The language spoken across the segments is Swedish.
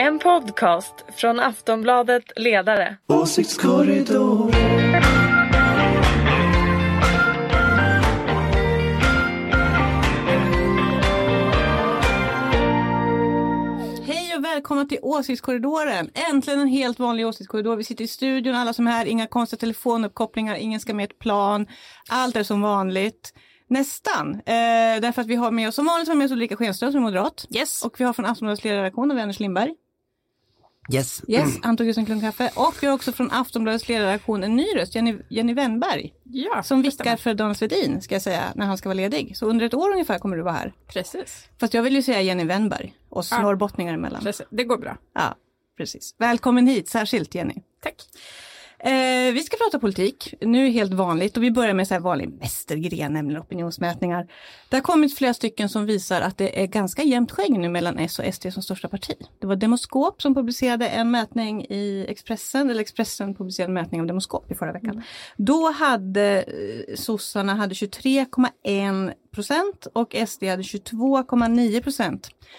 En podcast från Aftonbladet Ledare. Åsiktskorridor. Hej och välkomna till Åsiktskorridoren. Äntligen en helt vanlig åsiktskorridor. Vi sitter i studion, alla som är här. Inga konstiga telefonuppkopplingar, ingen ska med ett plan. Allt är som vanligt. Nästan. Därför att vi har med oss som vanligt med oss Ulrika Schenström som är moderat. Yes. Och vi har från Aftonbladets ledarredaktion och Anders Lindberg. Yes. Han tog just en klunk kaffe. Och vi har också från Aftonbladets ledarredaktion en ny röst, Jenny Wennberg. Ja, som vickar för Donald Svedin, ska jag säga, när han ska vara ledig. Så under ett år ungefär kommer du vara här. Precis. Fast jag vill ju säga Jenny Wennberg. Och norrbottningar emellan. Precis. Det går bra. Ja, precis. Välkommen hit, särskilt Jenny. Tack. Vi ska prata politik, nu helt vanligt, och vi börjar med så här vanlig mästergren, nämligen opinionsmätningar. Det har kommit flera stycken som visar att det är ganska jämnt skägg nu mellan S och SD som största parti. Det var Demoskop som publicerade en mätning i Expressen, eller Expressen publicerade en mätning av Demoskop i förra veckan. Då hade sossarna 23,1% och SD hade 22,9%.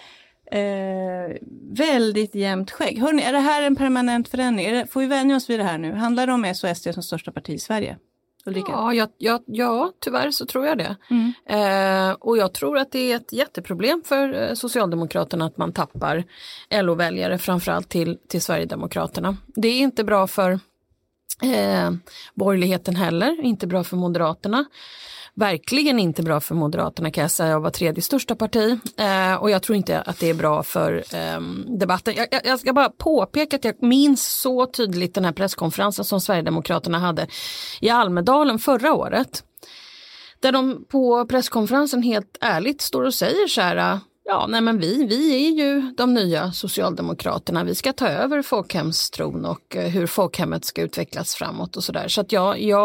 Väldigt jämnt skägg. Hörrni, är det här en permanent förändring? Får vi vänja oss vid det här nu? Handlar det om S och SD som största parti i Sverige? Ulrika? Ja, tyvärr så tror jag det. Och jag tror att det är ett jätteproblem för Socialdemokraterna att man tappar LO-väljare framförallt till Sverigedemokraterna. Det är inte bra för borgerligheten heller, inte bra för Moderaterna. Verkligen inte bra för Moderaterna, kan jag säga, att vara tredje största parti. Och jag tror inte att det är bra för debatten. Jag ska bara påpeka att jag minns så tydligt den här presskonferensen som Sverigedemokraterna hade i Almedalen förra året. Där de på presskonferensen helt ärligt står och säger så här: ja, nej men vi är ju de nya Socialdemokraterna. Vi ska ta över folkhemstron och hur folkhemmet ska utvecklas framåt och sådär. Så att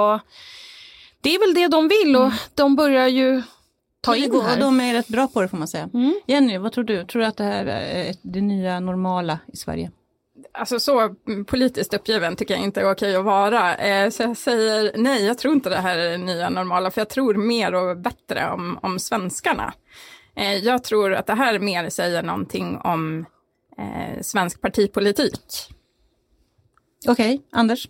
det är väl det de vill och de börjar ju ta in här. Och de är rätt bra på det, får man säga. Jenny, vad tror du? Tror du att det här är det nya normala i Sverige? Alltså så politiskt uppgiven tycker jag inte är okej att vara. Så jag säger nej, jag tror inte det här är det nya normala. För jag tror mer och bättre om svenskarna. Jag tror att det här mer säger någonting om svensk partipolitik. Okej, Anders?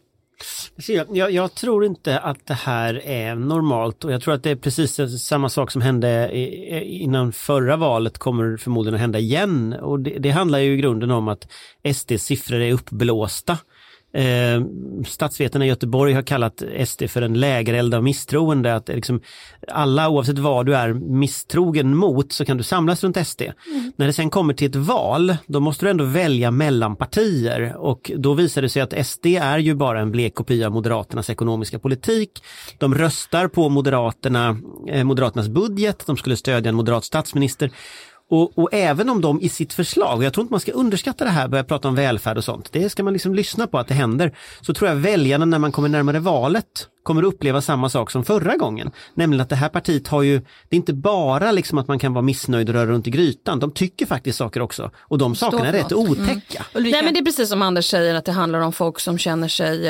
Jag tror inte att det här är normalt, och jag tror att det är precis samma sak som hände innan förra valet kommer förmodligen att hända igen, och det handlar ju i grunden om att SD:s siffror är uppblåsta. Statsvetarna i Göteborg har kallat SD för en lägereld av misstroende, att liksom alla, oavsett vad du är misstrogen mot, så kan du samlas runt SD. När det sen kommer till ett val, då måste du ändå välja mellan partier, och då visar det sig att SD är ju bara en blek kopia av Moderaternas ekonomiska politik. De röstar på Moderaternas budget, de skulle stödja en moderat statsminister. Och även om de i sitt förslag, och jag tror inte man ska underskatta det här, börja prata om välfärd och sånt, det ska man liksom lyssna på att det händer, så tror jag väljarna när man kommer närmare valet kommer att uppleva samma sak som förra gången. Nämligen att det här partiet har ju, det är inte bara liksom att man kan vara missnöjd och röra runt i grytan, de tycker faktiskt saker också, och de sakerna är rätt otäcka. Nej, men det är precis som Anders säger, att det handlar om folk som känner sig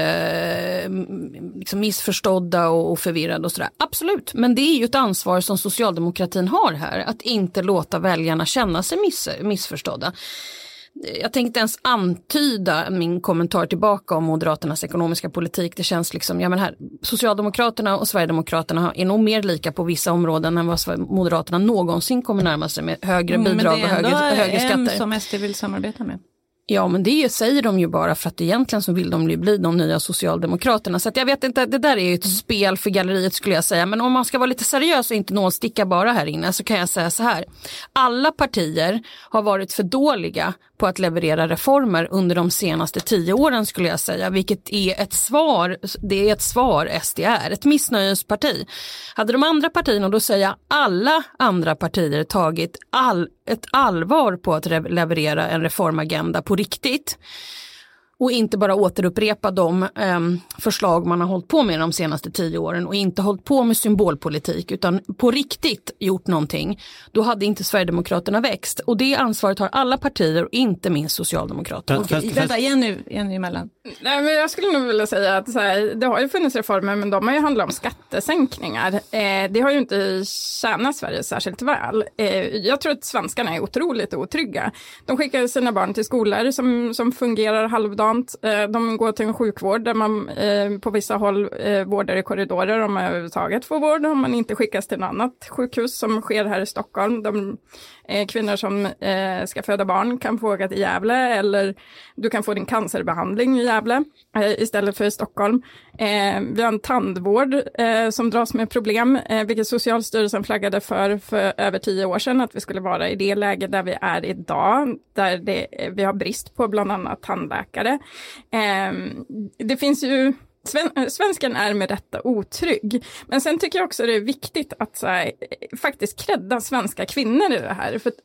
liksom missförstådda och förvirrade och sådär. Absolut, men det är ju ett ansvar som socialdemokratin har här, att inte låta väljarna känna sig missförstådda. Jag tänkte ens antyda min kommentar tillbaka om Moderaternas ekonomiska politik. Det känns liksom, ja men här, Socialdemokraterna och Sverigedemokraterna är nog mer lika på vissa områden än vad Moderaterna någonsin kommer närma sig, med högre bidrag och högre skatter. Men det är som SD vill samarbeta med. Ja, men det säger de ju bara för att egentligen så vill de ju bli de nya Socialdemokraterna. Så att jag vet inte, det där är ju ett spel för galleriet skulle jag säga. Men om man ska vara lite seriös och inte nålsticka bara här inne, så kan jag säga så här. Alla partier har varit för dåliga på att leverera reformer under de senaste 10 åren skulle jag säga. Vilket är ett svar, det är ett svar SDR, ett missnöjesparti. Hade de andra partierna, då säger alla andra partier tagit ett allvar på att leverera en reformagenda på riktigt, Och inte bara återupprepa de förslag man har hållit på med de senaste 10 åren och inte hållit på med symbolpolitik utan på riktigt gjort någonting. Då hade inte Sverigedemokraterna växt. Och det ansvaret har alla partier och inte minst Socialdemokraterna. Vänta, Jenny emellan. Nej, men jag skulle nog vilja säga att så här, det har ju funnits reformer men de har ju handlat om skattesänkningar. Det har ju inte tjänat Sverige särskilt väl. Jag tror att svenskarna är otroligt otrygga. De skickar sina barn till skolor som fungerar halvdant. De går till en sjukvård där man på vissa håll vårdar i korridorer om man överhuvudtaget får vård. Om man inte skickas till ett annat sjukhus som sker här i Stockholm. De kvinnor som ska föda barn kan få åka till Gävle eller du kan få din cancerbehandling i Gävle istället för i Stockholm. Vi har en tandvård som dras med problem, vilket Socialstyrelsen flaggade för över 10 år sedan att vi skulle vara i det läge där vi är idag, där vi har brist på bland annat tandläkare. Det finns ju svensken är med detta otrygg. Men sen tycker jag också det är viktigt att så här, faktiskt kredda svenska kvinnor i det här. För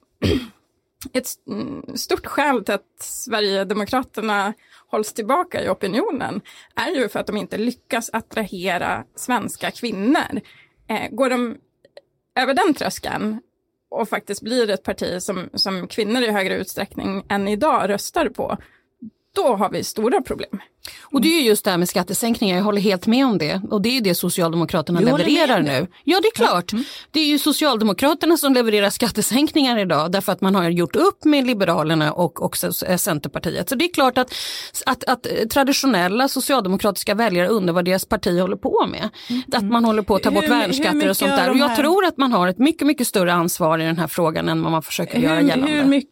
ett stort skäl till att Sverigedemokraterna hålls tillbaka i opinionen är ju för att de inte lyckas attrahera svenska kvinnor. Går de över den tröskeln och faktiskt blir ett parti som kvinnor i högre utsträckning än idag röstar på, då har vi stora problem. Och det är ju just det här med skattesänkningar, jag håller helt med om det. Och det är ju det Socialdemokraterna levererar nu. Ja, det är klart. Det är ju Socialdemokraterna som levererar skattesänkningar idag därför att man har gjort upp med Liberalerna och också Centerpartiet. Så det är klart att traditionella socialdemokratiska väljare undrar vad deras parti håller på med. Att man håller på att ta bort värnskatter och sånt där. Och jag tror att man har ett mycket, mycket större ansvar i den här frågan än vad man försöker göra gällande.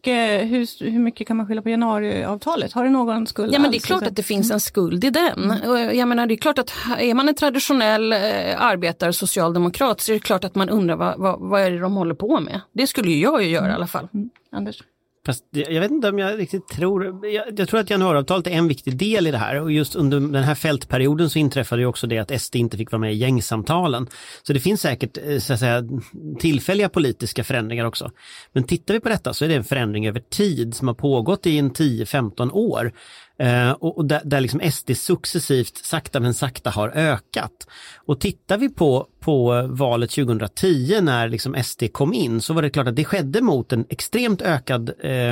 Hur mycket kan man skylla på januariavtalet? Har det någon skuld? Ja, men det är klart att det finns en skuld i den. Jag menar, det är klart att är man en traditionell arbetare socialdemokrat så är det klart att man undrar vad är det de håller på med. Det skulle ju jag ju göra i alla fall. Anders? Fast jag vet inte om jag riktigt tror, jag tror att januariavtalet är en viktig del i det här och just under den här fältperioden så inträffade ju också det att SD inte fick vara med i gängsamtalen. Så det finns säkert så att säga tillfälliga politiska förändringar också. Men tittar vi på detta så är det en förändring över tid som har pågått i en 10-15 år. Och där liksom SD successivt sakta men sakta har ökat. Och tittar vi på valet 2010 när liksom SD kom in så var det klart att det skedde mot en extremt ökad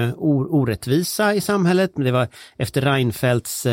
orättvisa i samhället. Det var efter Reinfeldts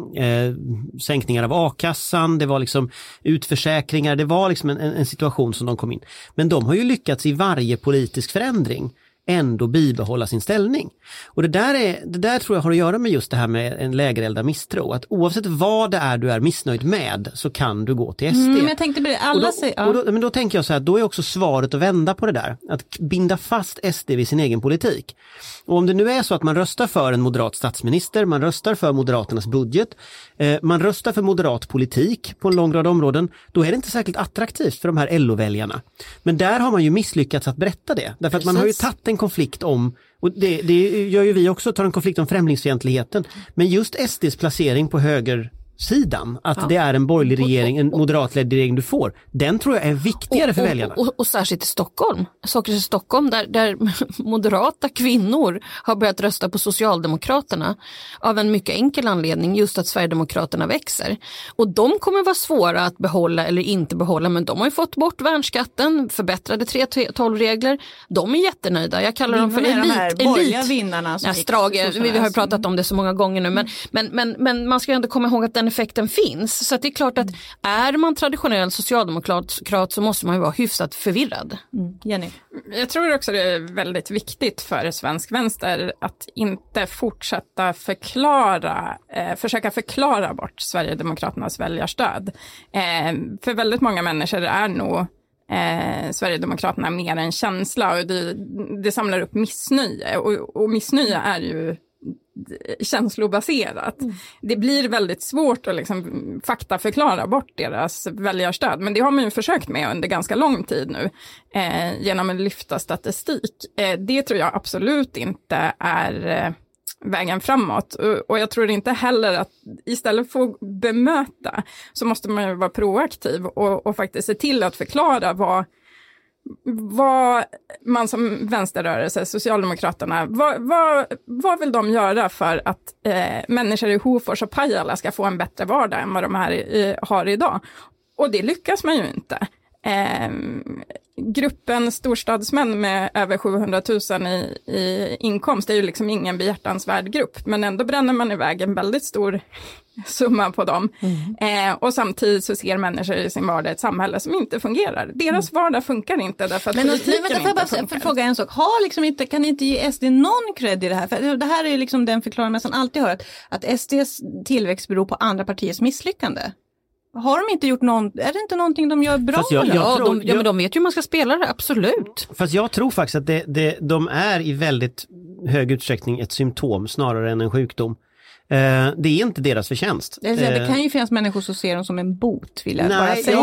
sänkningar av a-kassan, det var liksom utförsäkringar, det var liksom en situation som de kom in. Men de har ju lyckats i varje politisk förändring ändå bibehålla sin ställning. Och det där tror jag har att göra med just det här med en lägerelda misstro. Att oavsett vad det är du är missnöjd med så kan du gå till SD. Men jag tänkte på det, men då tänker jag så här, då är också svaret att vända på det där. Att binda fast SD vid sin egen politik. Och om det nu är så att man röstar för en moderat statsminister, man röstar för Moderaternas budget, man röstar för moderat politik på en lång rad områden, då är det inte särskilt attraktivt för de här LO-väljarna. Men där har man ju misslyckats att berätta det. Därför att man har ju tagit en konflikt om, och det gör ju vi också, tar en konflikt om främlingsfientligheten. Men just SDs placering på högersidan, att det är en borgerlig regering, en moderatledd regering du får, den tror jag är viktigare för väljarna. Och särskilt i Stockholm. I Stockholm där moderata kvinnor har börjat rösta på Socialdemokraterna av en mycket enkel anledning, just att Sverigedemokraterna växer. Och de kommer vara svåra att behålla eller inte behålla, men de har ju fått bort värnskatten, förbättrade 3:12-regler. De är jättenöjda. Jag kallar dem för elit. Vinnarna som Strage, vi har ju pratat om det så många gånger nu, men man ska ju ändå komma ihåg att den effekten finns. Så att det är klart att är man traditionell socialdemokrat så måste man ju vara hyfsat förvirrad. Jenny? Jag tror också det är väldigt viktigt för svensk vänster att inte fortsätta försöka förklara bort Sverigedemokraternas väljarstöd. För väldigt många människor är nog Sverigedemokraterna mer en känsla och det samlar upp missnöje och missnöje är ju känslobaserat. Det blir väldigt svårt att liksom faktaförklara bort deras väljarstöd, men det har man ju försökt med under ganska lång tid nu genom att lyfta statistik. Det tror jag absolut inte är vägen framåt och jag tror inte heller att istället för att bemöta så måste man ju vara proaktiv och faktiskt se till att förklara vad man som vänsterrörelse, Socialdemokraterna, vad vill de göra för att människor i Hofors och Pajala ska få en bättre vardag än vad de här har idag? Och det lyckas man ju inte. Gruppen storstadsmän med över 700 000 i inkomst är ju liksom ingen behjärtansvärd grupp, men ändå bränner man iväg en väldigt stor summa på dem. Och samtidigt så ser människor i sin vardag ett samhälle som inte fungerar. Deras vardag funkar inte därför att politiken inte funkar. Får fråga en sak. Kan ni inte ge SD någon cred i det här? För det här är liksom den förklaringen man alltid hör, att SDs tillväxt beror på andra partiers misslyckande. Har de inte gjort är det inte någonting de gör bra? Men de vet ju hur man ska spela det, absolut. Fast jag tror faktiskt att de är i väldigt hög utsträckning ett symptom snarare än en sjukdom. Det är inte deras förtjänst. Det kan ju finnas människor som ser dem som en bot, vill jag bara säga.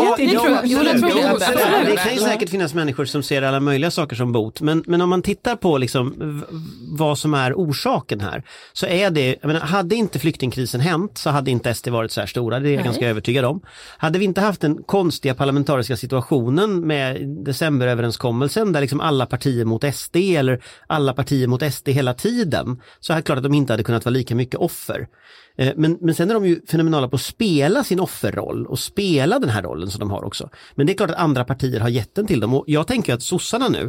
Det kan ju säkert finnas människor som ser alla möjliga saker som bot. Men om man tittar på liksom vad som är orsaken här, så är det, jag menar, hade inte flyktingkrisen hänt så hade inte SD varit så här stora, det är jag ganska övertygad om. Hade vi inte haft den konstiga parlamentariska situationen med decemberöverenskommelsen där liksom alla partier mot SD eller alla partier mot SD hela tiden, så är det klart att de inte hade kunnat vara lika mycket offer. Men sen är de ju fenomenala på att spela sin offerroll och spela den här rollen som de har också. Men det är klart att andra partier har gett den till dem, och jag tänker att sossarna nu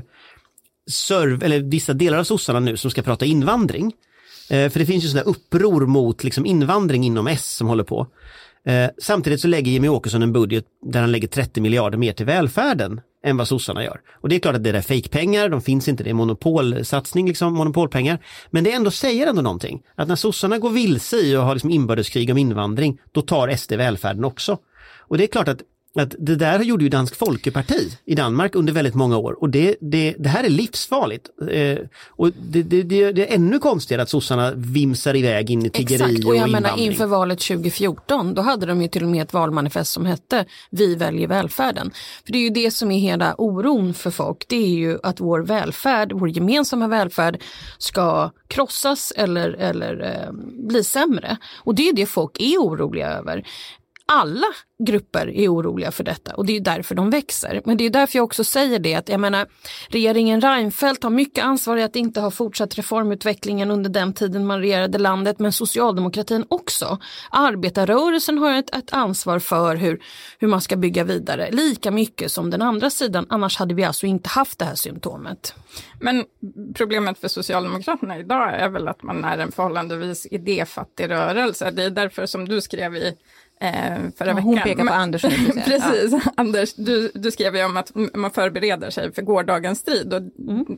eller vissa delar av sossarna nu som ska prata invandring, för det finns ju sådana uppror mot liksom invandring inom S som håller på. Samtidigt så lägger Jimmie Åkesson en budget där han lägger 30 miljarder mer till välfärden än vad sossarna gör. Och det är klart att det är fejkpengar, de finns inte, det är monopolsatsning, liksom monopolpengar. Men det ändå säger ändå någonting. Att när sossarna går vilse i och har liksom inbördeskrig om invandring, då tar SD välfärden också. Och det är klart att det där gjorde ju Dansk Folkeparti i Danmark under väldigt många år. Och det här är livsfarligt. Och det är ännu konstigare att sossarna vimsar iväg in i tiggeri och invandring. Och jag menar, inför valet 2014, då hade de ju till och med ett valmanifest som hette Vi väljer välfärden. För det är ju det som är hela oron för folk. Det är ju att vår välfärd, vår gemensamma välfärd ska krossas eller bli sämre. Och det är det folk är oroliga över. Alla grupper är oroliga för detta, och det är därför de växer. Men det är därför jag också säger det, att jag menar, regeringen Reinfeldt har mycket ansvar i att inte ha fortsatt reformutvecklingen under den tiden man regerade landet, men socialdemokratin också. Arbetarrörelsen har ett ansvar för hur man ska bygga vidare, lika mycket som den andra sidan, annars hade vi alltså inte haft det här symptomet. Men problemet för Socialdemokraterna idag är väl att man är en förhållandevis idéfattig rörelse. Det är därför som du skrev i förra veckan. Hon pekar på Anders. Precis, ja. Anders, du skrev ju om att man förbereder sig för gårdagens strid. Och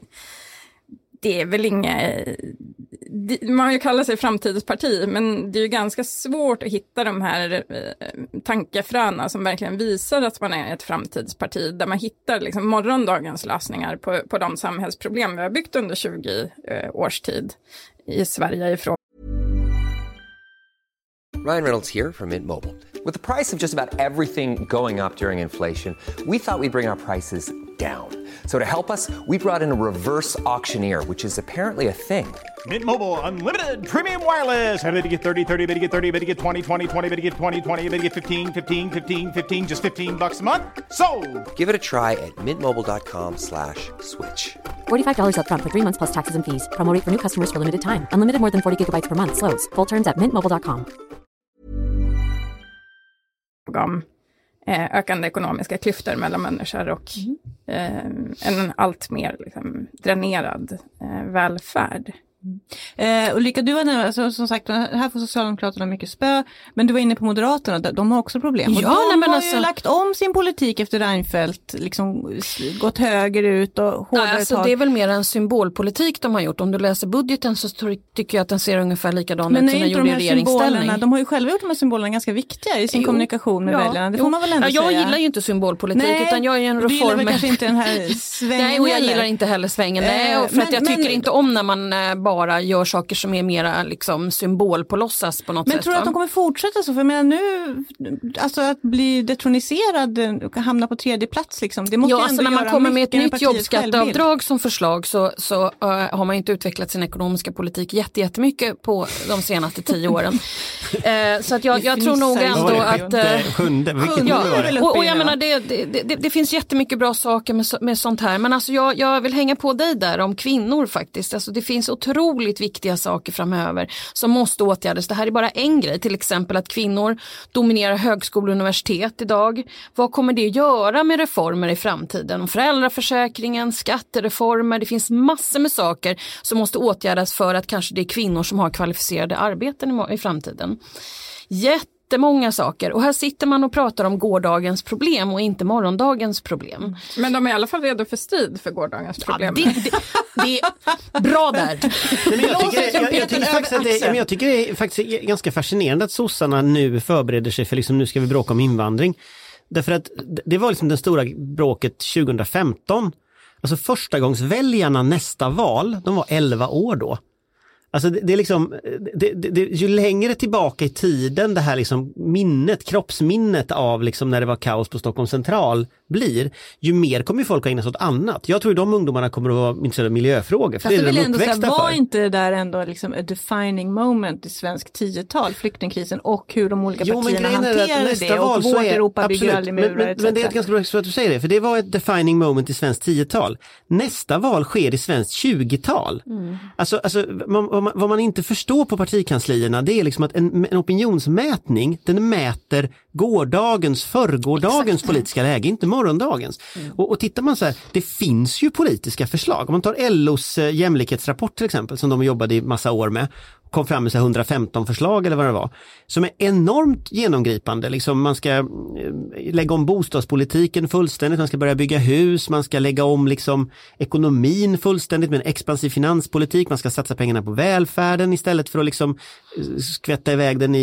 det är väl man kallar sig framtidens parti, men det är ju ganska svårt att hitta de här tankefröna som verkligen visar att man är ett framtidsparti, där man hittar liksom morgondagens lösningar på de samhällsproblem vi har byggt under 20 års tid i Sverige ifrån. Ryan Reynolds here from Mint Mobile. With the price of just about everything going up during inflation, we thought we'd bring our prices down. So to help us, we brought in a reverse auctioneer, which is apparently a thing. Mint Mobile Unlimited Premium Wireless. How to get 30, 30, bit to get 30, bit to get 20, 20, 20, bit to get 20, 20, bit to get 15, 15, 15, 15, just $15 a month? Sold! Give it a try at mintmobile.com/switch. $45 up front for 3 months plus taxes and fees. Promo rate for new customers for limited time. Unlimited more than 40 gigabytes per month. Slows full terms at mintmobile.com. Ökande ekonomiska klyftor mellan människor och en allt mer liksom dränerad välfärd. Ulrika, du var nu, alltså, som sagt, här får Socialdemokraterna mycket spö, men du var inne på Moderaterna, de har också problem. Och de har ju lagt om sin politik efter Reinfeldt, liksom gått högerut och hårdare alltså, det är väl mer en symbolpolitik de har gjort. Om du läser budgeten så tycker jag att den ser ungefär likadan ut som den gjorde i regeringsställning. De har ju själva gjort de här symbolerna ganska viktiga i sin kommunikation med väljarna. Det får man väl ändå säga. Jag gillar ju inte symbolpolitik, utan jag är en reform. Kanske inte den här svängen. Nej, och jag gillar inte heller svängen. För att jag tycker inte om när man bara bara gör saker som är mera liksom symbol på låtsas på något sätt. Men tror du att de kommer fortsätta så? För jag menar nu, alltså att bli detroniserad, hamna på tredje plats liksom. Det måste alltså när man kommer med ett nytt jobbskatteavdrag som förslag så har man inte utvecklat sin ekonomiska politik jättemycket på de senaste 10 åren. Så att jag tror nog ändå att... Sjunde. Och jag menar det finns jättemycket bra saker med sånt här. Men alltså jag vill hänga på dig där om kvinnor faktiskt. Alltså det finns otroligt viktiga saker framöver som måste åtgärdas. Det här är bara en grej. Till exempel att kvinnor dominerar högskola och universitet idag. Vad kommer det göra med reformer i framtiden? Föräldraförsäkringen, skattereformer. Det finns massor med saker som måste åtgärdas för att kanske det är kvinnor som har kvalificerade arbeten i framtiden. Jättemånga saker. Och här sitter man och pratar om gårdagens problem och inte morgondagens problem. Men de är i alla fall redo för strid för gårdagens problem. Ja, det är bra där. Jag tycker det är faktiskt ganska fascinerande att sossarna nu förbereder sig för liksom, nu ska vi bråka om invandring. Därför att det var liksom den stora bråket 2015. Alltså förstagångsväljarna nästa val, de var 11 år då. Alltså det är liksom, ju längre tillbaka i tiden det här liksom kroppsminnet av liksom när det var kaos på Stockholm central blir, ju mer kommer folk att ägna sig åt annat. Jag tror de ungdomarna kommer att vara intresserade av miljöfrågor. För det är de uppväxta för. Var inte det där ändå liksom a defining moment i svensk 10-tal, flyktingkrisen och hur de olika partierna hanterade det och vårt Europa bygger aldrig murar. Men det är ett ganska bra att du säger det, för det var ett defining moment i svensk 10-tal. Nästa val sker i svensk 20-tal. Alltså vad man inte förstår på partikanslierna, det är liksom att en opinionsmätning, den mäter förrgårdagens politiska läge, inte morgondagens. Och tittar man så här, det finns ju politiska förslag. Om man tar LOs jämlikhetsrapport till exempel, som de jobbade i massa år med, kom fram med 115 förslag eller vad det var, som är enormt genomgripande. Liksom man ska lägga om bostadspolitiken fullständigt, man ska börja bygga hus, man ska lägga om liksom ekonomin fullständigt med en expansiv finanspolitik, man ska satsa pengarna på välfärden istället för att liksom skvätta iväg den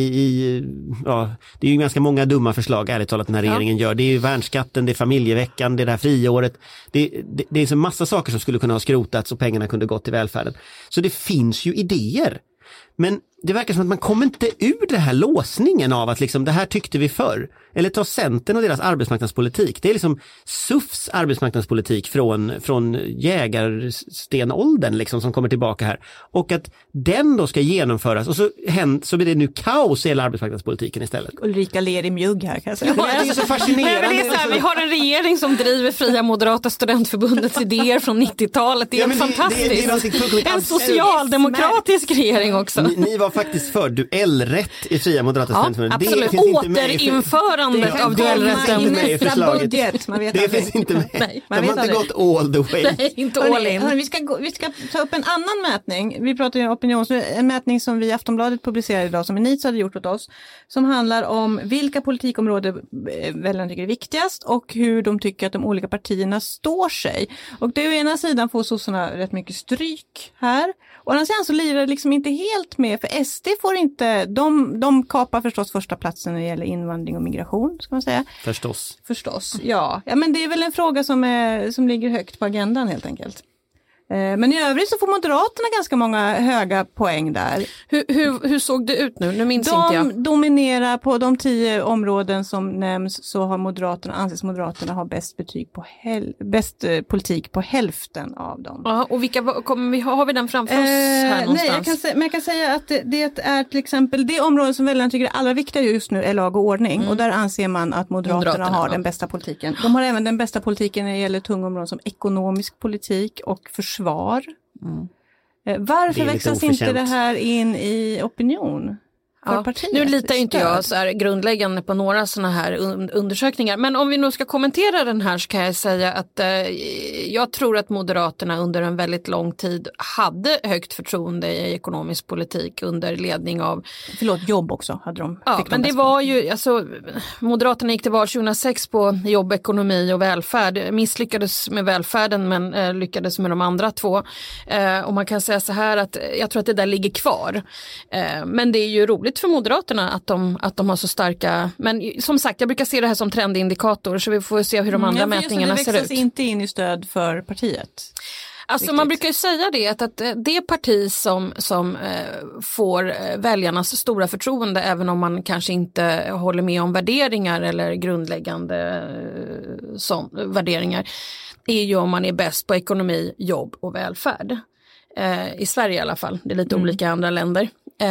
det är ju ganska många dumma förslag ärligt talat den här regeringen gör. Det är ju värnskatten, det är familjeveckan, det är det här friåret. Det är så massa saker som skulle kunna ha skrotats och pengarna kunde gått till välfärden. Så det finns ju idéer. Men det verkar som att man kommer inte ur det här låsningen av att liksom, det här tyckte vi förr. Eller ta Centern och deras arbetsmarknadspolitik. Det är liksom SUFs arbetsmarknadspolitik från jägarstenåldern liksom, som kommer tillbaka här. Och att den då ska genomföras och så blir det nu kaos i hela arbetsmarknadspolitiken istället. Ulrika ler i mjugg här kan jag säga. Det är så fascinerande. Nej, det är så här, vi har en regering som driver Fria Moderata studentförbundets idéer från 90-talet. Det är fantastiskt. En socialdemokratisk regering också. Ni var faktiskt för duellrätt i Fria Moderata studentförbundet. Absolut. Återinförandet av duellrätten. Det finns inte med. Nej, de har inte gått all the way. Nej, inte all in. Vi ska ta upp en annan mätning. Vi pratar ju om en mätning som vi i Aftonbladet publicerade idag som Enits hade gjort åt oss. Som handlar om vilka politikområden väljarna tycker är viktigast och hur de tycker att de olika partierna står sig. Och det är å ena sidan får sossarna rätt mycket stryk här. Och å andra sidan så lirar det liksom inte helt med, för SD får inte, de kapar förstås första platsen när det gäller invandring och migration, ska man säga. Förstås, ja. Men det är väl en fråga som ligger högt på agendan helt enkelt. Men i övrigt så får Moderaterna ganska många höga poäng där. Hur såg det ut nu? Nu minns inte jag. De dominerar på de 10 områden som nämns, så har anses Moderaterna ha bäst politik på hälften av dem. Ja, och vilka har vi den framför oss här någonstans? Nej, jag kan säga att det är till exempel det område som väljarna tycker är allra viktigare just nu är lag och ordning. Och där anser man att Moderaterna har den bästa politiken. De har även den bästa politiken när det gäller tunga områden som ekonomisk politik och försvar. Varför växlas inte det här in i opinion? Nu litar inte jag så här grundläggande på några såna här undersökningar. Men om vi nu ska kommentera den här så kan jag säga att jag tror att Moderaterna under en väldigt lång tid hade högt förtroende i ekonomisk politik under ledning av... jobb också hade de. Ja, men det var ju, alltså Moderaterna gick till val 2006 på jobb, ekonomi och välfärd. Misslyckades med välfärden men lyckades med de andra två. Och man kan säga så här att jag tror att det där ligger kvar. Men det är ju roligt för Moderaterna att de har så starka, men som sagt jag brukar se det här som trendindikator så vi får se hur de andra mätningarna ser ut. Det växlas inte in i stöd för partiet. Alltså man brukar ju säga det att det parti som får väljarnas stora förtroende, även om man kanske inte håller med om värderingar eller grundläggande värderingar, är ju om man är bäst på ekonomi, jobb och välfärd. I Sverige i alla fall, det är lite olika i andra länder.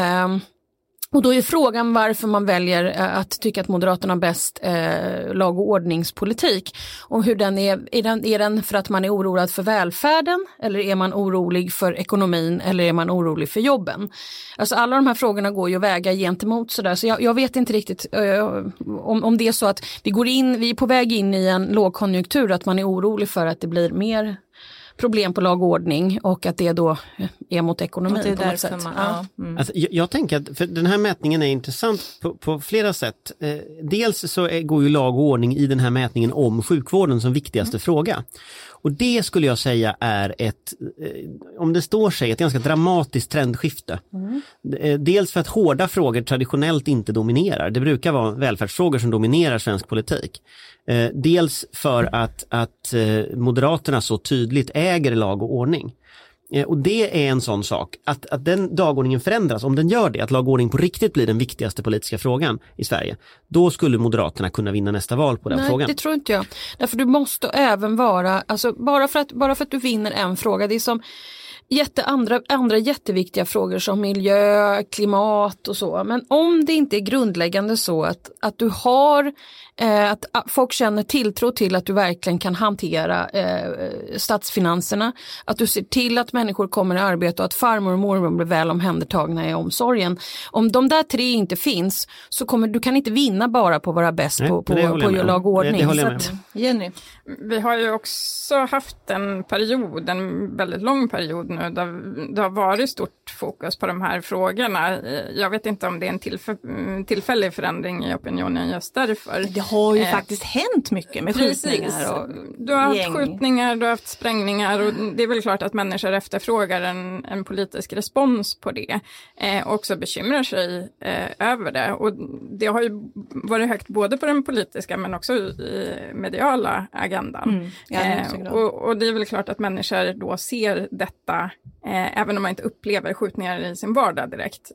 Och då är frågan varför man väljer att tycka att Moderaterna har bäst lag- och ordningspolitik. Och hur den är den för att man är orolig för välfärden, eller är man orolig för ekonomin, eller är man orolig för jobben? Alltså alla de här frågorna går ju att väga gentemot sådär. Så jag vet inte riktigt om det är så att vi är på väg in i en lågkonjunktur, att man är orolig för att det blir mer problem på lag och ordning och att det då är mot ekonomin det är på något sätt. Alltså, jag tänker att för den här mätningen är intressant på flera sätt. Dels så går ju lag och ordning i den här mätningen om sjukvården som viktigaste fråga. Och det skulle jag säga är om det står sig, ett ganska dramatiskt trendskifte. Dels för att hårda frågor traditionellt inte dominerar. Det brukar vara välfärdsfrågor som dominerar svensk politik. Dels för att Moderaterna så tydligt äger lag och ordning. Och det är en sån sak, att den dagordningen förändras. Om den gör det, att lag och ordning på riktigt blir den viktigaste politiska frågan i Sverige, då skulle Moderaterna kunna vinna nästa val på den frågan. Nej, det tror inte jag. Därför du måste även vara, alltså bara för att du vinner en fråga, det är som andra jätteviktiga frågor som miljö, klimat och så. Men om det inte är grundläggande så att du har att folk känner tilltro till att du verkligen kan hantera statsfinanserna, att du ser till att människor kommer i arbete och att farmor och mormor blir väl omhändertagna i omsorgen. Om de där tre inte finns så du kan inte vinna bara på att vara bäst på lag och ordning. Det håller jag med om. Jenny? Vi har ju också haft en väldigt lång period nu där det har varit stort fokus på de här frågorna. Jag vet inte om det är en tillfällig förändring i opinionen just därför. Det har ju faktiskt hänt mycket med skjutningar och du har haft skjutningar, du har haft sprängningar och det är väl klart att människor efterfrågar en politisk respons på det. Också bekymrar sig över det. Och det har ju varit högt både på den politiska men också i mediala agendan. Och det är väl klart att människor då ser detta även om man inte upplever skjutningar i sin vardag direkt.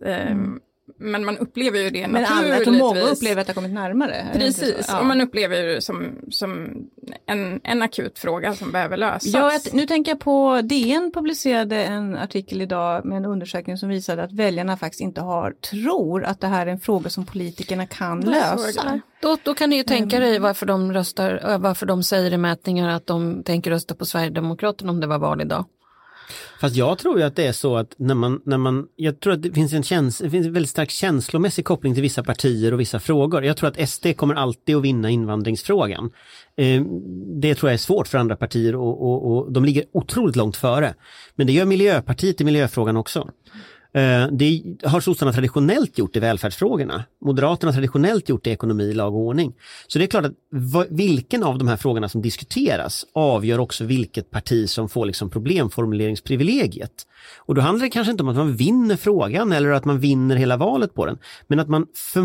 Men man upplever ju det naturligtvis. Jag tror många upplever att det har kommit närmare. Precis, och man upplever det som en akut fråga som behöver lösas. Nu tänker jag på DN publicerade en artikel idag med en undersökning som visade att väljarna faktiskt inte tror att det här är en fråga som politikerna kan lösa. Då kan ni ju tänka dig varför de säger i mätningar att de tänker rösta på Sverigedemokraterna om det var val idag. Fast jag tror ju att det är så att jag tror att det finns en väldigt stark känslomässig koppling till vissa partier och vissa frågor. Jag tror att SD kommer alltid att vinna invandringsfrågan. Det tror jag är svårt för andra partier och de ligger otroligt långt före. Men det gör Miljöpartiet i miljöfrågan också. Det har sossarna traditionellt gjort i välfärdsfrågorna. Moderaterna traditionellt gjort i ekonomi, lag och ordning. Så det är klart att vilken av de här frågorna som diskuteras avgör också vilket parti som får liksom problemformuleringsprivilegiet. Och då handlar det kanske inte om att man vinner frågan eller att man vinner hela valet på den. Men att man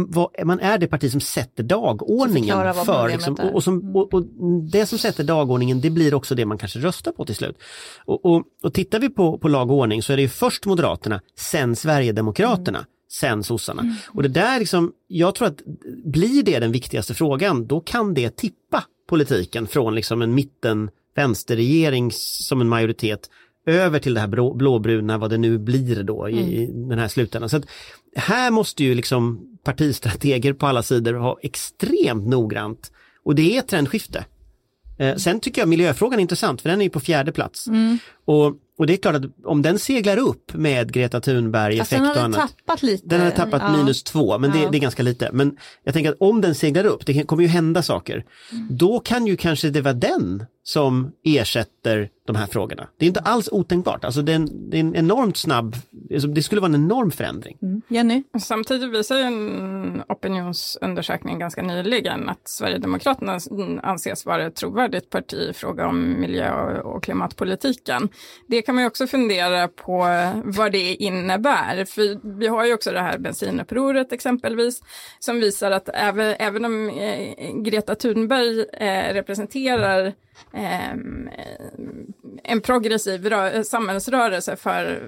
är det parti som sätter dagordningen för liksom, och det som sätter dagordningen, det blir också det man kanske röstar på till slut. Och tittar vi på lag och ordning så är det ju först Moderaterna, sen Sverigedemokraterna, sen sossarna. Och det där liksom, jag tror att blir det den viktigaste frågan, då kan det tippa politiken från liksom en mitten-vänsterregering som en majoritet över till det här blåbruna, vad det nu blir då i den här slutändan. Så att här måste ju liksom partistrateger på alla sidor ha extremt noggrant, och det är ett trendskifte. Sen tycker jag miljöfrågan är intressant, för den är ju på 4:e plats. Och det är klart att om den seglar upp med Greta Thunberg effekt och annat. Den hade tappat -2, men det är ganska lite. Men jag tänker att om den seglar upp, det kommer ju hända saker. Då kan ju kanske det vara den som ersätter de här frågorna. Det är inte alls otänkbart. Alltså det är en enormt snabb, det skulle vara en enorm förändring. Jenny? Samtidigt visar ju en opinionsundersökning ganska nyligen att Sverigedemokraterna anses vara ett trovärdigt parti i fråga om miljö- och klimatpolitiken. Det kan man ju också fundera på vad det innebär. För vi har ju också det här bensinupproret exempelvis som visar att även om Greta Thunberg representerar en progressiv samhällsrörelse för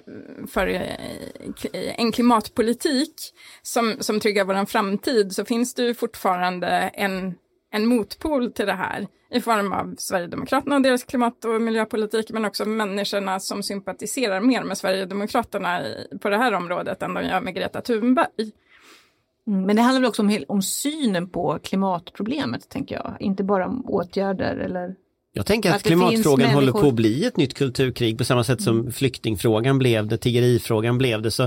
en klimatpolitik som tryggar vår framtid, så finns det ju fortfarande en motpol till det här i form av Sverigedemokraterna och deras klimat- och miljöpolitik, men också människorna som sympatiserar mer med Sverigedemokraterna på det här området än de gör med Greta Thunberg. Men det handlar väl också om synen på klimatproblemet, tänker jag. Inte bara om åtgärder eller... Jag tänker att klimatfrågan håller på att bli ett nytt kulturkrig på samma sätt som flyktingfrågan blev det, tiggerifrågan blev det. Så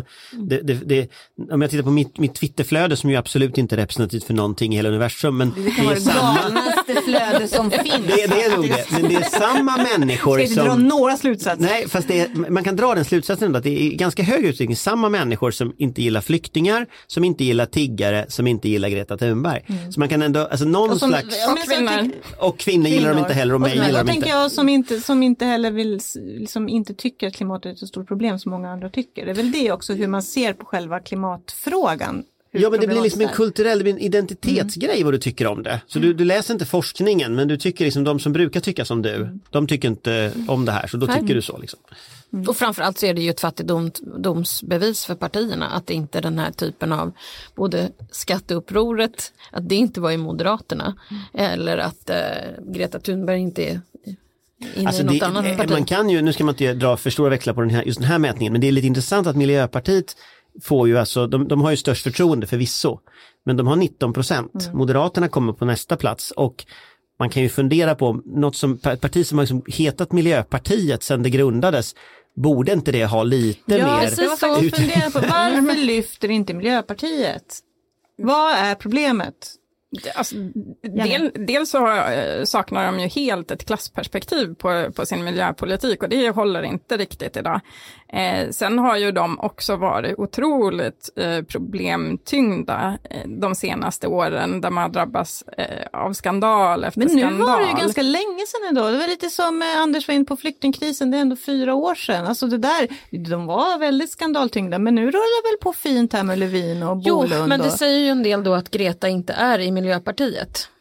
om jag tittar på mitt Twitterflöde, som ju absolut inte är representativt för någonting i hela universum, men det kan vara det galnaste flöde som finns. Det är nog det, men det är samma människor som... Ska inte dra några slutsatser? Nej, fast man kan dra den slutsatsen att det är i ganska hög utsträckning samma människor som inte gillar flyktingar, som inte gillar tiggare, som inte gillar Greta Thunberg. Så man kan ändå, alltså någon slags... Och kvinnor gillar de inte heller, och mig. Då tänker jag som inte heller vill, liksom inte tycker att klimatet är ett så stort problem som många andra tycker. Det är väl det också, hur man ser på själva klimatfrågan. Ja, men det blir liksom en kulturell, en identitetsgrej vad du tycker om det. Så du läser inte forskningen, men du tycker liksom de som brukar tycka som du, de tycker inte om det här, så då tycker du så liksom. Och framförallt så är det ju ett fattigdomsbevis för partierna att det inte är den här typen av både skatteupproret, att det inte var i Moderaterna, eller att Greta Thunberg inte är inne i något annat parti. Man kan ju, nu ska man inte dra för stora växlar på just den här mätningen, men det är lite intressant att Miljöpartiet får ju alltså, de har ju störst förtroende förvisso, men de har 19%. Moderaterna kommer på nästa plats, och man kan ju fundera på något som ett parti som har liksom hetat Miljöpartiet sedan det grundades, borde inte det ha lite mer... Ja, precis så. Fundera på varför lyfter inte Miljöpartiet? Vad är problemet? Alltså, dels så saknar de ju helt ett klassperspektiv på sin miljöpolitik, och det håller inte riktigt idag. Sen har ju de också varit otroligt problemtyngda de senaste åren, där man drabbas av skandal efter skandal. Men nu var det ju ganska länge sedan ändå. Det var lite som Anders var in på flyktingkrisen, det är ändå 4 år sedan. Alltså det där, de var väldigt skandaltyngda, men nu rullar det väl på fint här med Lövin och Bolund. Jo, men det säger ju en del då att Greta inte är i Miljöpartiet.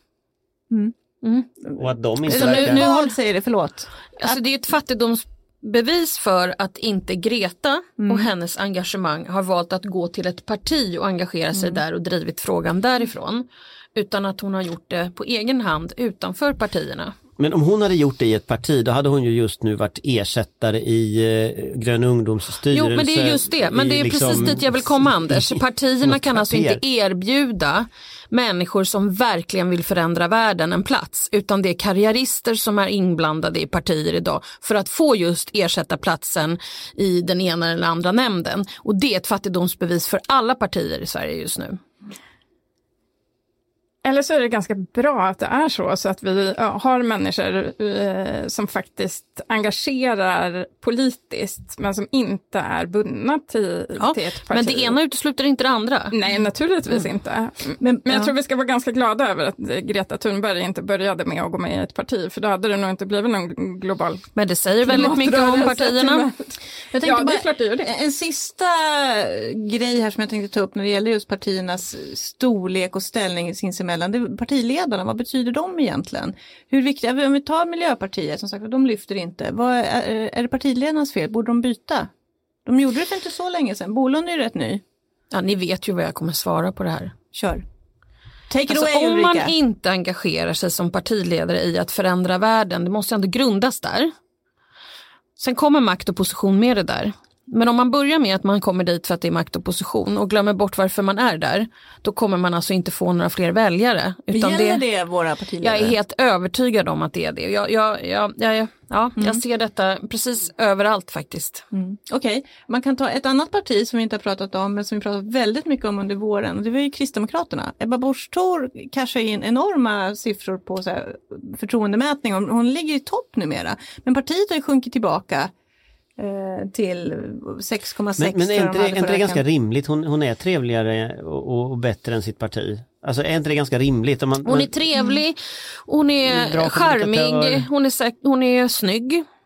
Och att de inte nu säger det, förlåt. Alltså det är ett fattigdomsbevis för att inte Greta och hennes engagemang har valt att gå till ett parti och engagera sig där och drivit frågan därifrån, utan att hon har gjort det på egen hand utanför partierna. Men om hon hade gjort det i ett parti, då hade hon ju just nu varit ersättare i Grön ungdomsstyrelse. Jo, men det är just det. Men det är liksom, precis dit jag vill komma, Anders. Partierna kan alltså inte erbjuda människor som verkligen vill förändra världen en plats, utan det är karriärister som är inblandade i partier idag för att få just ersätta platsen i den ena eller andra nämnden. Och det är ett fattigdomsbevis för alla partier i Sverige just nu. Eller så är det ganska bra att det är så att vi har människor som faktiskt engagerar politiskt, men som inte är bundna till ett parti. Men det ena utesluter inte det andra. Nej, naturligtvis inte. Men jag tror vi ska vara ganska glada över att Greta Thunberg inte började med att gå med i ett parti, för då hade det nog inte blivit någon global... Men det säger väldigt mycket om partierna. Jag tänkte det är klart det gör det. En sista grej här som jag tänkte ta upp när det gäller just partiernas storlek och ställning sinsemellan. Partiledarna, vad betyder de egentligen? Hur viktigt, om vi tar Miljöpartiet, som sagt, de lyfter inte. Är det partiledarnas fel? Borde de byta? De gjorde det för inte så länge sedan. Bolund är ju rätt ny. Ja, ni vet ju vad jag kommer svara på det här. Kör. Take it alltså, away, om Ulrika. man inte engagerar sig som partiledare i att förändra världen, det måste ändå grundas där. Sen kommer makt och position med det där. Men om man börjar med att man kommer dit för att det är makt och position och glömmer bort varför man är där, då kommer man alltså inte få några fler väljare. Utan gäller det våra partiledare? Jag är helt övertygad om att det är det. Jag ser detta precis överallt faktiskt. Okej, man kan ta ett annat parti som vi inte har pratat om, men som vi pratat väldigt mycket om under våren. Och det var ju Kristdemokraterna. Ebba Busch Thor cashar in enorma siffror på så här förtroendemätning. Hon ligger i topp numera. Men partiet har ju sjunkit tillbaka till 6,6. Men är inte det ganska rimligt? Hon är trevligare och bättre än sitt parti. Alltså är inte det ganska rimligt? Hon är trevlig, hon är charmig, hon är snygg.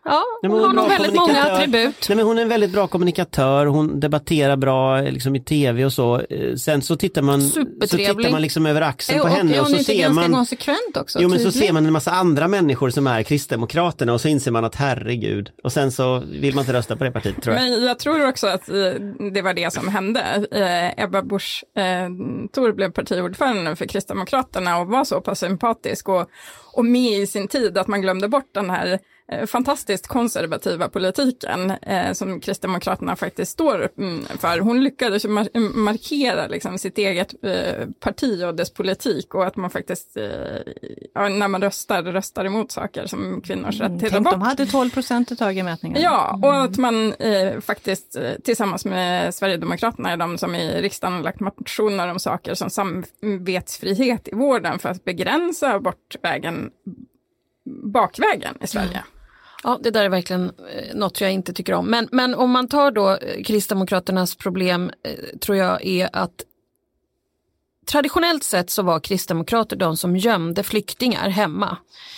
Ja, Nej, hon har nog väldigt många attribut. Nej, men hon är en väldigt bra kommunikatör, hon debatterar bra liksom, i tv och så. Sen så tittar man liksom över axeln på henne och så ser man konsekvent också. Jo, men så ser man en massa andra människor som är Kristdemokraterna och så inser man att herregud, och sen så vill man inte rösta på det partiet, tror jag. Men jag tror också att det var det som hände. Ebba Busch Thor blev partiordförande för Kristdemokraterna och var så pass sympatisk och med i sin tid att man glömde bort den här fantastiskt konservativa politiken som Kristdemokraterna faktiskt står för. Hon lyckades markera liksom sitt eget parti och dess politik, och att man faktiskt när man röstar emot saker som kvinnors rätt till abort. De hade 12% i tagemätningen. Ja, och att man faktiskt tillsammans med Sverigedemokraterna är de som i riksdagen har lagt motioner om saker som samvetsfrihet i vården för att begränsa abortvägen bakvägen i Sverige. Ja, det där är verkligen något jag inte tycker om. Men om man tar då Kristdemokraternas problem tror jag är att traditionellt sett så var kristdemokrater de som gömde flyktingar hemma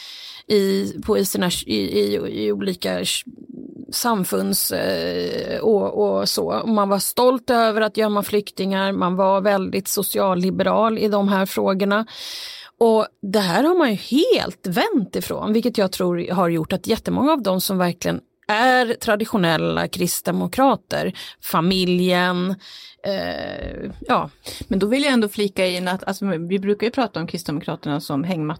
i olika samfunds och så. Och man var stolt över att gömma flyktingar, man var väldigt socialliberal i de här frågorna. Och det här har man ju helt vänt ifrån, vilket jag tror har gjort att jättemånga av de som verkligen är traditionella kristdemokrater, familjen, ja. Men då vill jag ändå flika in att alltså, vi brukar ju prata om Kristdemokraterna som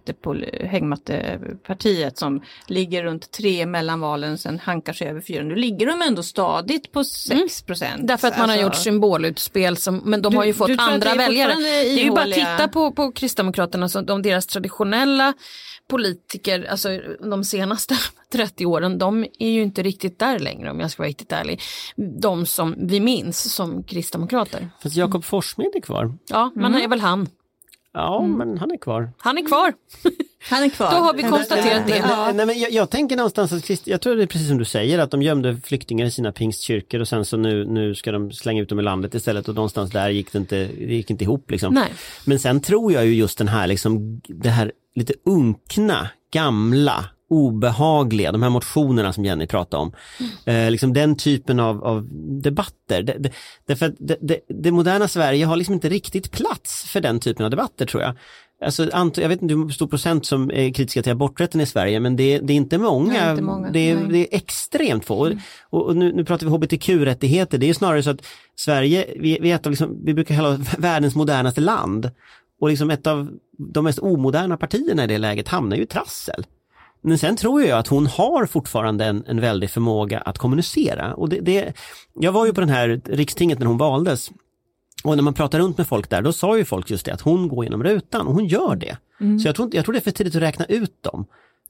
hängmattepartiet som ligger runt 3 mellan valen, sen hankar sig över 4. Nu ligger de ändå stadigt på 6%. Därför att man har gjort symbolutspel, men de har ju fått andra väljare. Det är ju bara att titta på Kristdemokraterna, som deras traditionella politiker, alltså de senaste 30 åren, de är ju inte riktigt där längre, om jag ska vara riktigt ärlig. De som vi minns som kristdemokrater. Fast Jakob Forssmed är kvar. Ja, men är väl han. Ja, men han är kvar. Han är kvar. Han är kvar. Då har vi konstaterat det. Nej, men jag tänker någonstans att jag tror det är precis som du säger, att de gömde flyktingar i sina pingstkyrkor och sen så nu ska de slänga ut dem i landet istället, och någonstans där gick det inte ihop liksom. Nej. Men sen tror jag ju just den här liksom, det här lite unkna, gamla, obehagliga, de här motionerna som Jenny pratade om. Liksom den typen av debatter. Därför att det moderna Sverige har liksom inte riktigt plats för den typen av debatter, tror jag. Alltså, jag vet inte hur stor procent som är kritiska till aborträtten i Sverige, men det är inte många. Det är extremt få. Och nu pratar vi hbtq-rättigheter. Det är snarare så att Sverige, vi är ett av liksom, vi brukar kalla världens modernaste land. Och liksom ett av de mest omoderna partierna i det läget hamnar ju i trassel. Men sen tror jag att hon har fortfarande en väldig förmåga att kommunicera. Och jag var ju på den här rikstinget när hon valdes. Och när man pratar runt med folk där, då sa ju folk just det, att hon går genom rutan, och hon gör det. Så jag tror det är för tidigt att räkna ut dem.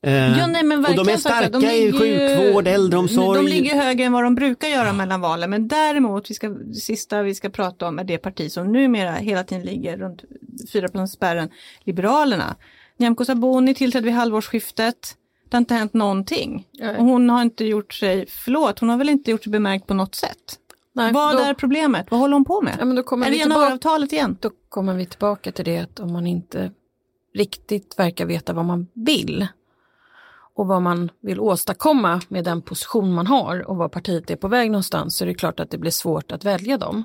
Och de är starka i sjukvård, äldreomsorg. De ligger högre än vad de brukar göra mellan valen. Men däremot, vi ska prata om är det parti som numera hela tiden ligger runt 4%-spärren, Liberalerna. Nyamko Sabuni tillträdde vid halvårsskiftet. Det har inte hänt någonting. Och hon har inte gjort sig, hon har väl inte gjort sig bemärkt på något sätt. Nej, vad är problemet? Vad håller hon på med? Ja, men då kommer är det januariavtalet igen? Då kommer vi tillbaka till det, att om man inte riktigt verkar veta vad man vill och vad man vill åstadkomma med den position man har och vad partiet är på väg någonstans, så är det klart att det blir svårt att välja dem.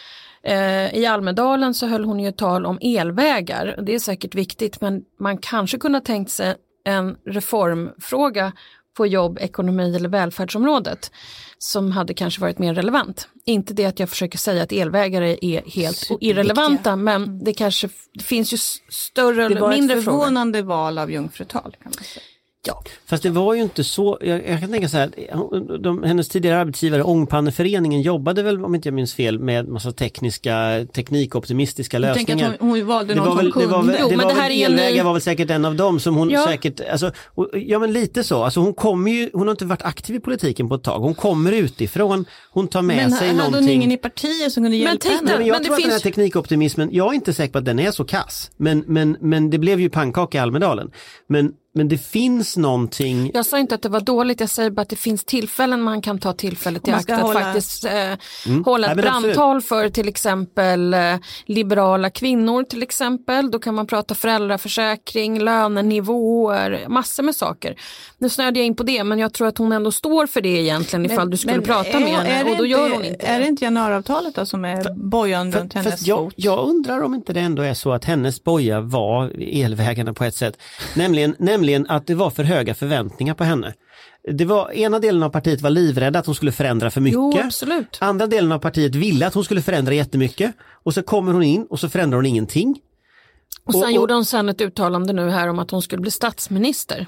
I Almedalen så höll hon ju tal om elvägar. Det är säkert viktigt, men man kanske kunde tänkt sig en reformfråga på jobb, ekonomi eller välfärdsområdet som hade kanske varit mer relevant. Inte det att jag försöker säga att elvägare är helt irrelevanta, men det kanske finns ju större eller mindre frågor. Det var ett förvånande val av jungfrutal, kan man säga. Ja. Fast det var ju inte så, jag kan tänka så här, hennes tidigare arbetsgivare Ångpanneföreningen jobbade väl, om inte jag minns fel, med massa teknikoptimistiska lösningar. Jag tänker att hon valde någon som kunde. Elvägar var väl säkert en av dem som hon säkert, alltså, men lite så, alltså hon har inte varit aktiv i politiken på ett tag, hon kommer utifrån, hon tar med sig någonting. Men hade hon ingen i partiet som kunde hjälpa henne? Men jag tror att den här teknikoptimismen, jag är inte säker på att den är så kass, men det blev ju pannkaka i Almedalen. Men Men det finns någonting. Jag sa inte att det var dåligt, jag säger bara att det finns tillfällen man kan ta tillfället i akt att faktiskt hålla ett brandtal för till exempel liberala kvinnor till exempel. Då kan man prata föräldraförsäkring, lönenivåer, massor med saker. Nu snöade jag in på det, men jag tror att hon ändå står för det egentligen ifall du skulle prata med henne, och då gör hon inte det. Är det inte januariavtalet då som är bojan runt hennes fot? Jag undrar om inte det ändå är så att hennes boja var elvägarna på ett sätt. Nämligen att det var för höga förväntningar på henne. Det var, ena delen av partiet var livrädda att hon skulle förändra för mycket. Jo, absolut. Andra delen av partiet ville att hon skulle förändra jättemycket. Och så kommer hon in och så förändrar hon ingenting. Och sen gjorde hon sen ett uttalande nu här om att hon skulle bli statsminister.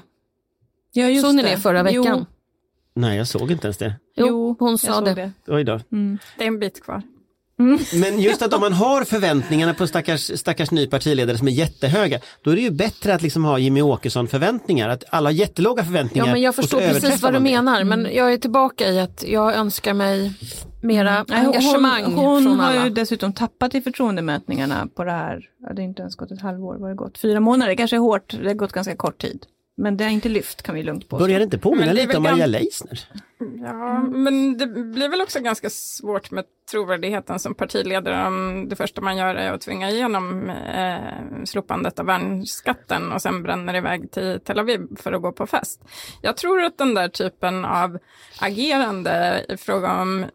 Ja, just såg ni det förra veckan? Jo. Nej, jag såg inte ens det. Jo, hon sa det. Oj då. Det är en bit kvar. Men just att om man har förväntningarna på stackars ny partiledare som är jättehöga, då är det ju bättre att liksom ha Jimmy Åkesson förväntningar, att alla har jättelåga förväntningar. Ja, men jag förstår precis vad du menar, men jag är tillbaka i att jag önskar mig mera engagemang hon från alla. har ju dessutom tappat i förtroendemätningarna på det här, det är inte ens gått ett halvår, vad det gått? 4 månader, kanske är hårt, det har gått ganska kort tid. Men det är inte lyft, kan vi lugnt på. Börjar det inte påminna lite om Maria Leisner? Ja, men det blir väl också ganska svårt med trovärdigheten som partiledare om det första man gör är att tvinga igenom slopandet av värnskatten och sen bränner iväg till Tel Aviv för att gå på fest. Jag tror att den där typen av agerande i fråga om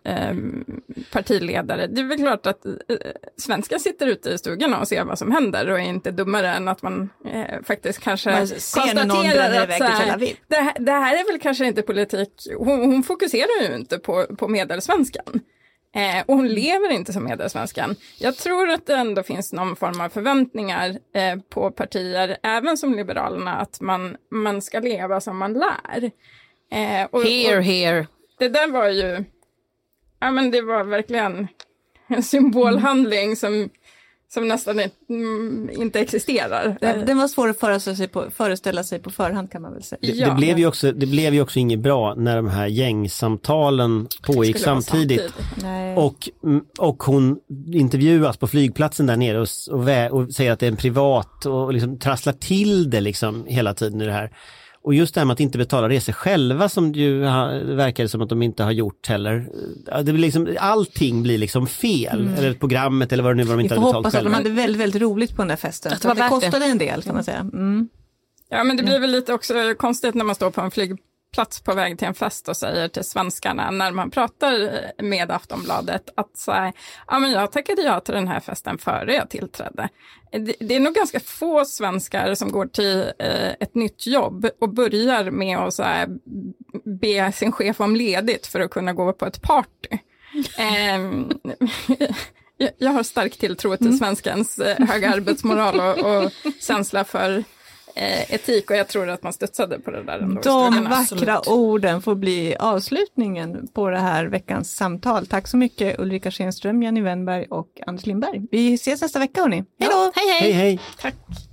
partiledare, det är väl klart att svenskar sitter ute i stugorna och ser vad som händer och är inte dummare än att man faktiskt kanske konstaterar att det här är väl kanske inte politik. Hon fokuserar ju inte på medelsvenskan. Och hon lever inte som medelsvenskan. Jag tror att det ändå finns någon form av förväntningar på partier, även som Liberalerna, att man ska leva som man lär. Here. Det där var ju, ja men det var verkligen en symbolhandling som nästan inte existerar. Den var svår att föreställa sig på förhand, kan man väl säga. Det blev ju också inget bra när de här gängsamtalen pågick samtidigt. Och hon intervjuas på flygplatsen där nere och säger att det är en privat och liksom trasslar till det liksom hela tiden i det här. Och just det här med att inte betala resor själva, som ju verkar som att de inte har gjort heller. Det blir liksom, allting blir liksom fel. Eller programmet eller vad det nu var de inte hade betalt själva. Vi får hoppas att de hade väldigt, väldigt roligt på den här festen. Att det kostade en del, kan man säga. Ja, men det blir väl lite också konstigt när man står på en flygplats på väg till en fest och säger till svenskarna när man pratar med Aftonbladet att säga, ja men jag tackade ja till den här festen före jag tillträdde. Det är nog ganska få svenskar som går till ett nytt jobb och börjar med att så här, be sin chef om ledigt för att kunna gå på ett party. Jag har stark tilltro till svenskans höga arbetsmoral och känsla för etik, och jag tror att man studsade på det där ändå. De vackra orden får bli avslutningen på det här veckans samtal. Tack så mycket Ulrika Schenström, Jenny Wennberg och Anders Lindberg. Vi ses nästa vecka, hörni. Hej då! Hej, hej! Hej, hej! Tack!